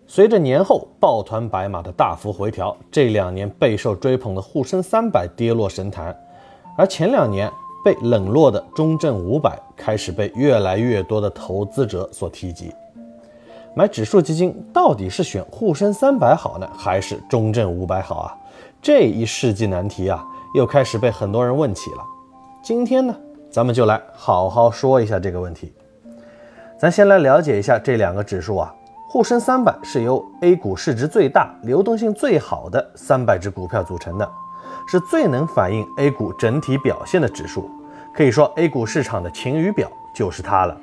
随着年后抱团白马的大幅回调，这2年备受追捧的沪深300跌落神坛，而前2年被冷落的中证500开始被越来越多的投资者所提及。买指数基金到底是选沪深300好呢，还是中证500好啊？这一世纪难题啊，又开始被很多人问起了。今天呢，咱们就来好好说一下这个问题。咱先来了解一下这2个指数啊。沪深300是由 A 股市值最大、流动性最好的300只股票组成的，是最能反映 A 股整体表现的指数，可以说 A 股市场的晴雨表就是它了。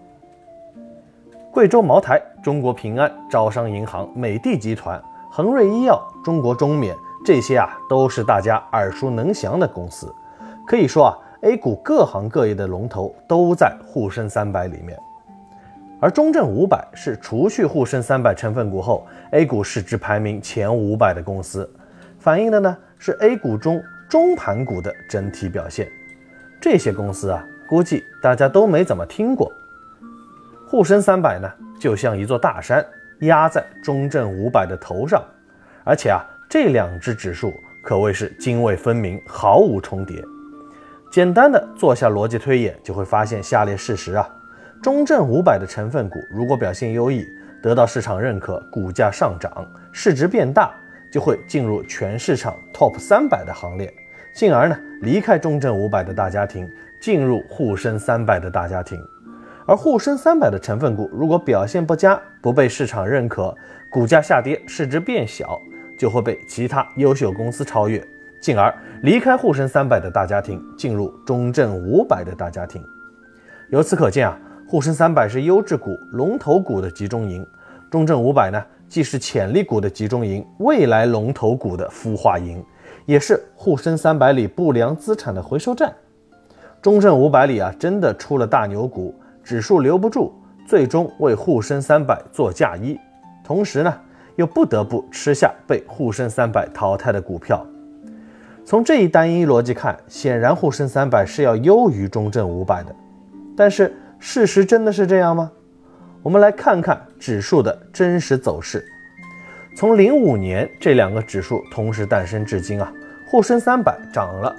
贵州茅台、中国平安、招商银行、美的集团、恒瑞医药、中国中免，这些都是大家耳熟能详的公司，可以说A 股各行各业的龙头都在沪深300里面。而中证500是除去沪深300成分股后 A 股市值排名前500的公司，反映的呢是 A 股中中盘股的整体表现。这些公司估计大家都没怎么听过。沪深300呢就像一座大山压在中证500的头上，而且这2只指数可谓是泾渭分明，毫无重叠。简单的做下逻辑推演，就会发现下列事实中证500的成分股如果表现优异，得到市场认可，股价上涨，市值变大，就会进入全市场 Top 300的行列，进而呢离开中证500的大家庭，进入沪深300的大家庭。而沪深300的成分股如果表现不佳，不被市场认可，股价下跌，市值变小，就会被其他优秀公司超越，进而离开沪深300的大家庭，进入中证500的大家庭。由此可见沪深300是优质股、龙头股的集中营，中证500呢，既是潜力股的集中营，未来龙头股的孵化营，也是沪深300里不良资产的回收站。中证500里真的出了大牛股，指数留不住，最终为沪深300做嫁衣，同时呢，又不得不吃下被沪深300淘汰的股票。从这一单一逻辑看，显然沪深300是要优于中证500的，但是事实真的是这样吗？我们来看看指数的真实走势。从05年这2个指数同时诞生至今沪深300涨了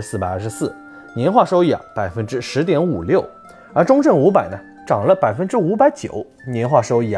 424%， 年化收益10.56%， 而中证500呢涨了 509%， 年化收益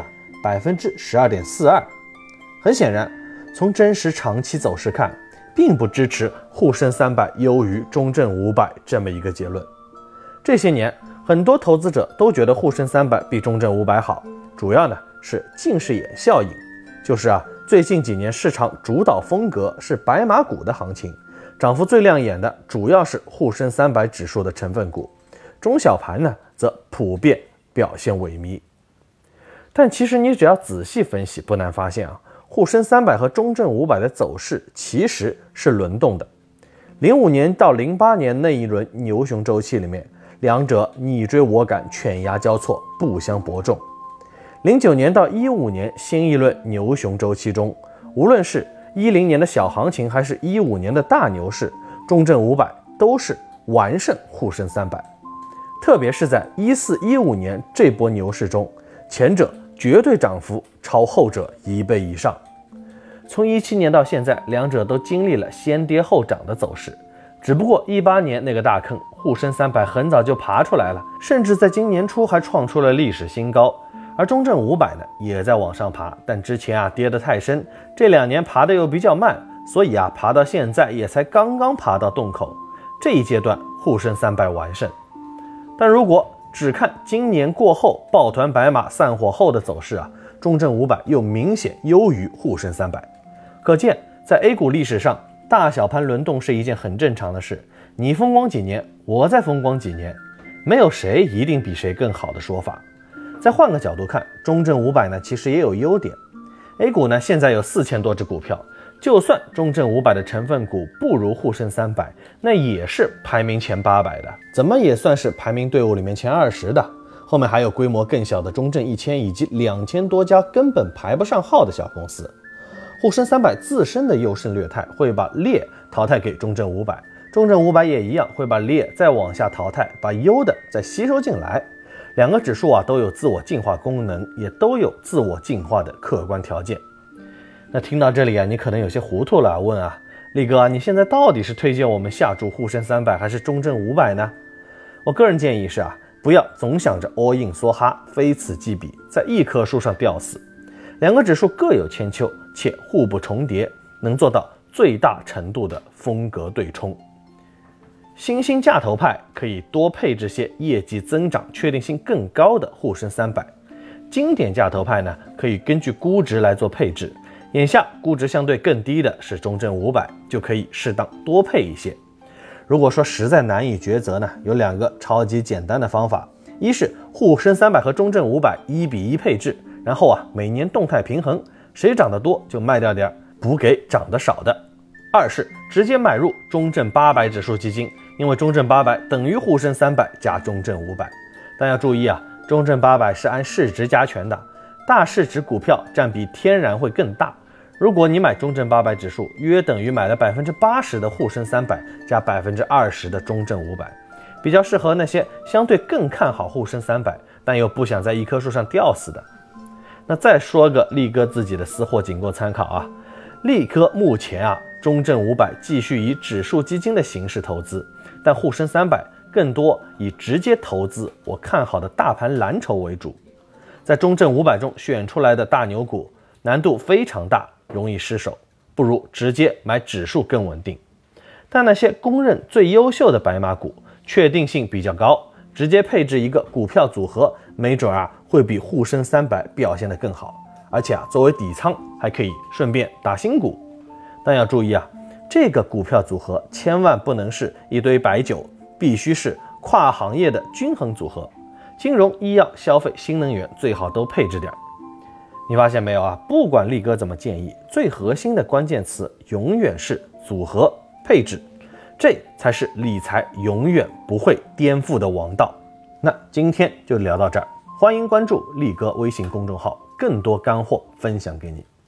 12.42%。很显然，从真实长期走势看，并不支持沪深300优于中证500这么一个结论。这些年很多投资者都觉得沪深300比中证500好，主要呢是近视眼效应，就是最近几年市场主导风格是白马股的行情，涨幅最亮眼的主要是沪深300指数的成分股，中小盘呢则普遍表现萎靡。但其实你只要仔细分析，不难发现沪深300和中证500的走势其实是轮动的。05年到08年那一轮牛熊周期里面，两者你追我赶，犬牙交错，不相伯仲。09年到15年新一轮牛熊周期中，无论是10年的小行情还是15年的大牛市，中证500都是完胜沪深300。特别是在14、15年这波牛市中，前者绝对涨幅超后者1倍以上。从17年到现在，两者都经历了先跌后涨的走势，只不过18年那个大坑，沪深300很早就爬出来了，甚至在今年初还创出了历史新高。而中证500呢，也在往上爬，但之前跌得太深，这2年爬得又比较慢，所以爬到现在也才刚刚爬到洞口。这一阶段，沪深300完胜。但如果只看今年过后抱团白马散伙后的走势中证500又明显优于沪深300。可见，在 A 股历史上，大小盘轮动是一件很正常的事，你风光几年，我再风光几年，没有谁一定比谁更好的说法。再换个角度看，中证500呢其实也有优点。A 股呢现在有4000多只股票，就算中证500的成分股不如沪深300，那也是排名前800的，怎么也算是排名队伍里面前20的。后面还有规模更小的中证1000以及2000多家根本排不上号的小公司。沪深300自身的优胜劣汰会把劣淘汰给中证500，中证500也一样会把劣再往下淘汰，把优的再吸收进来。 两个指数啊都有自我进化功能，也都有自我进化的客观条件。那听到这里啊，你可能有些糊涂了，问啊，力哥啊，你现在到底是推荐我们下注沪深300还是中证500呢？我个人建议是啊，不要总想着 all in 梭哈，非此即彼，在一棵树上吊死。两个指数各有千秋，且互不重叠，能做到最大程度的风格对冲。新兴价投派可以多配置些业绩增长确定性更高的沪深300，经典价投派呢，可以根据估值来做配置。眼下估值相对更低的是中证500，就可以适当多配一些。如果说实在难以抉择呢，有2个超级简单的方法：一是沪深300和中证5001比1配置，然后啊每年动态平衡，谁涨得多就卖掉点，补给涨得少的；二是直接买入中证800指数基金，因为中证800等于沪深300加中证500。但要注意啊，中证800是按市值加权的，大市值股票占比天然会更大。如果你买中证800指数，约等于买了 80% 的沪深300加 20% 的中证500，比较适合那些相对更看好沪深300，但又不想在一棵树上吊死的。那再说个力哥自己的私货仅供参考啊，力哥目前啊，中证500继续以指数基金的形式投资，但沪深300更多以直接投资我看好的大盘蓝筹为主。在中证500中选出来的大牛股难度非常大，容易失手，不如直接买指数更稳定。但那些公认最优秀的白马股，确定性比较高，直接配置一个股票组合，没准啊会比沪深300表现得更好。而且啊，作为底仓还可以顺便打新股。但要注意啊，这个股票组合千万不能是一堆白酒，必须是跨行业的均衡组合。金融、医药、消费、新能源最好都配置点。你发现没有啊？不管力哥怎么建议，最核心的关键词永远是组合配置，这才是理财永远不会颠覆的王道。那今天就聊到这儿，欢迎关注力哥微信公众号，更多干货分享给你。